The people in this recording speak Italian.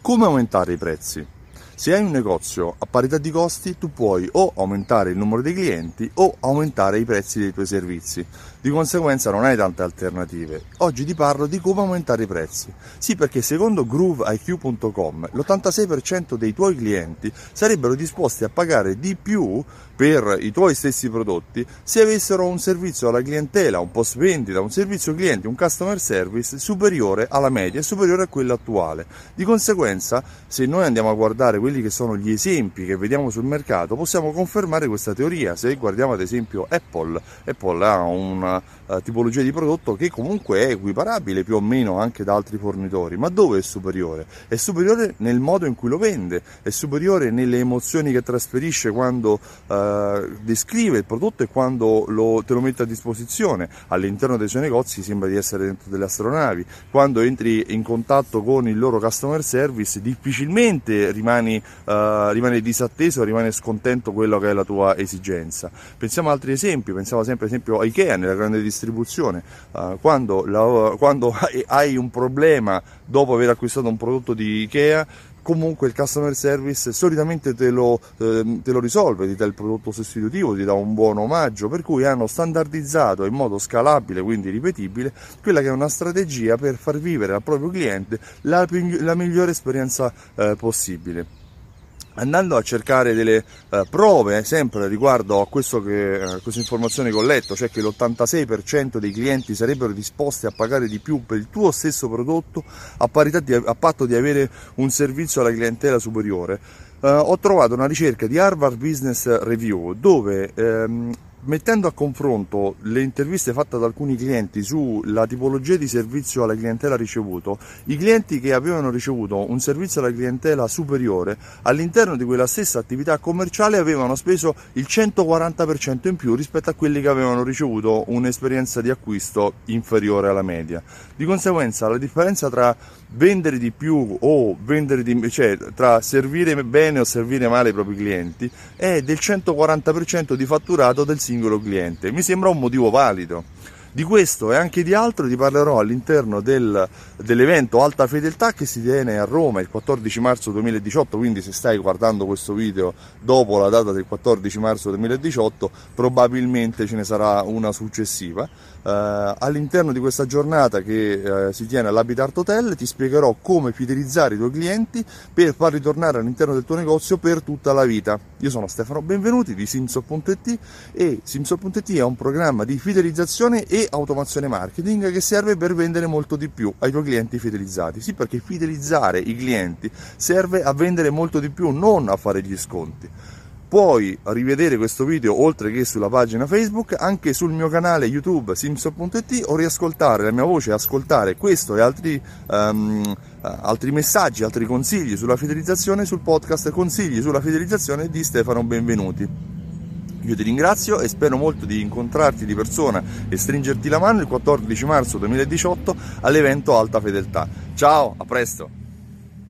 Come aumentare i prezzi? Se hai un negozio a parità di costi, tu puoi o aumentare il numero dei clienti o aumentare i prezzi dei tuoi servizi. Di conseguenza non hai tante alternative. Oggi ti parlo di come aumentare i prezzi. Sì, perché secondo GrooveIQ.com l'86% dei tuoi clienti sarebbero disposti a pagare di più per i tuoi stessi prodotti se avessero un servizio alla clientela, un post vendita, un servizio clienti, un customer service superiore alla media, superiore a quello attuale. Di conseguenza, se noi andiamo a guardare quelli che sono gli esempi che vediamo sul mercato, possiamo confermare questa teoria. Se guardiamo ad esempio Apple ha una tipologia di prodotto che comunque è equiparabile più o meno anche da altri fornitori, ma dove è superiore? È superiore nel modo in cui lo vende, è superiore nelle emozioni che trasferisce quando descrive il prodotto e quando te lo mette a disposizione. All'interno dei suoi negozi sembra di essere dentro delle astronavi. Quando entri in contatto con il loro customer service difficilmente rimani disatteso, rimane scontento quello che è la tua esigenza. Pensiamo a altri esempi, pensiamo sempre ad esempio a Ikea nella grande distribuzione. Quando hai un problema dopo aver acquistato un prodotto di Ikea, comunque il customer service solitamente te lo risolve, ti dà il prodotto sostitutivo, ti dà un buon omaggio, per cui hanno standardizzato in modo scalabile, quindi ripetibile, quella che è una strategia per far vivere al proprio cliente la migliore esperienza possibile. Andando a cercare delle prove sempre riguardo a questa informazione che ho letto, cioè che l'86% dei clienti sarebbero disposti a pagare di più per il tuo stesso prodotto a patto di avere un servizio alla clientela superiore, ho trovato una ricerca di Harvard Business Review dove mettendo a confronto le interviste fatte ad alcuni clienti sulla tipologia di servizio alla clientela ricevuto, i clienti che avevano ricevuto un servizio alla clientela superiore all'interno di quella stessa attività commerciale avevano speso il 140% in più rispetto a quelli che avevano ricevuto un'esperienza di acquisto inferiore alla media. Di conseguenza la differenza tra vendere di più o tra servire bene o servire male i propri clienti è del 140% di fatturato del singolo cliente. Mi sembra un motivo valido. Di questo e anche di altro ti parlerò all'interno dell'evento Alta Fedeltà che si tiene a Roma il 14 marzo 2018, quindi se stai guardando questo video dopo la data del 14 marzo 2018 probabilmente ce ne sarà una successiva. All'interno di questa giornata che si tiene all'Habitat Hotel ti spiegherò come fidelizzare i tuoi clienti per farli tornare all'interno del tuo negozio per tutta la vita. Io sono Stefano Benvenuti di Simsol.it e Simsol.it è un programma di fidelizzazione e automazione marketing che serve per vendere molto di più ai tuoi clienti fidelizzati. Sì, perché fidelizzare i clienti serve a vendere molto di più, non a fare gli sconti. Puoi rivedere questo video oltre che sulla pagina Facebook anche sul mio canale YouTube Simsol.it o riascoltare la mia voce, ascoltare questo e altri messaggi, altri consigli sulla fidelizzazione sul podcast Consigli sulla fidelizzazione di Stefano Benvenuti. Io ti ringrazio e spero molto di incontrarti di persona e stringerti la mano il 14 marzo 2018 all'evento Alta Fedeltà. Ciao, a presto!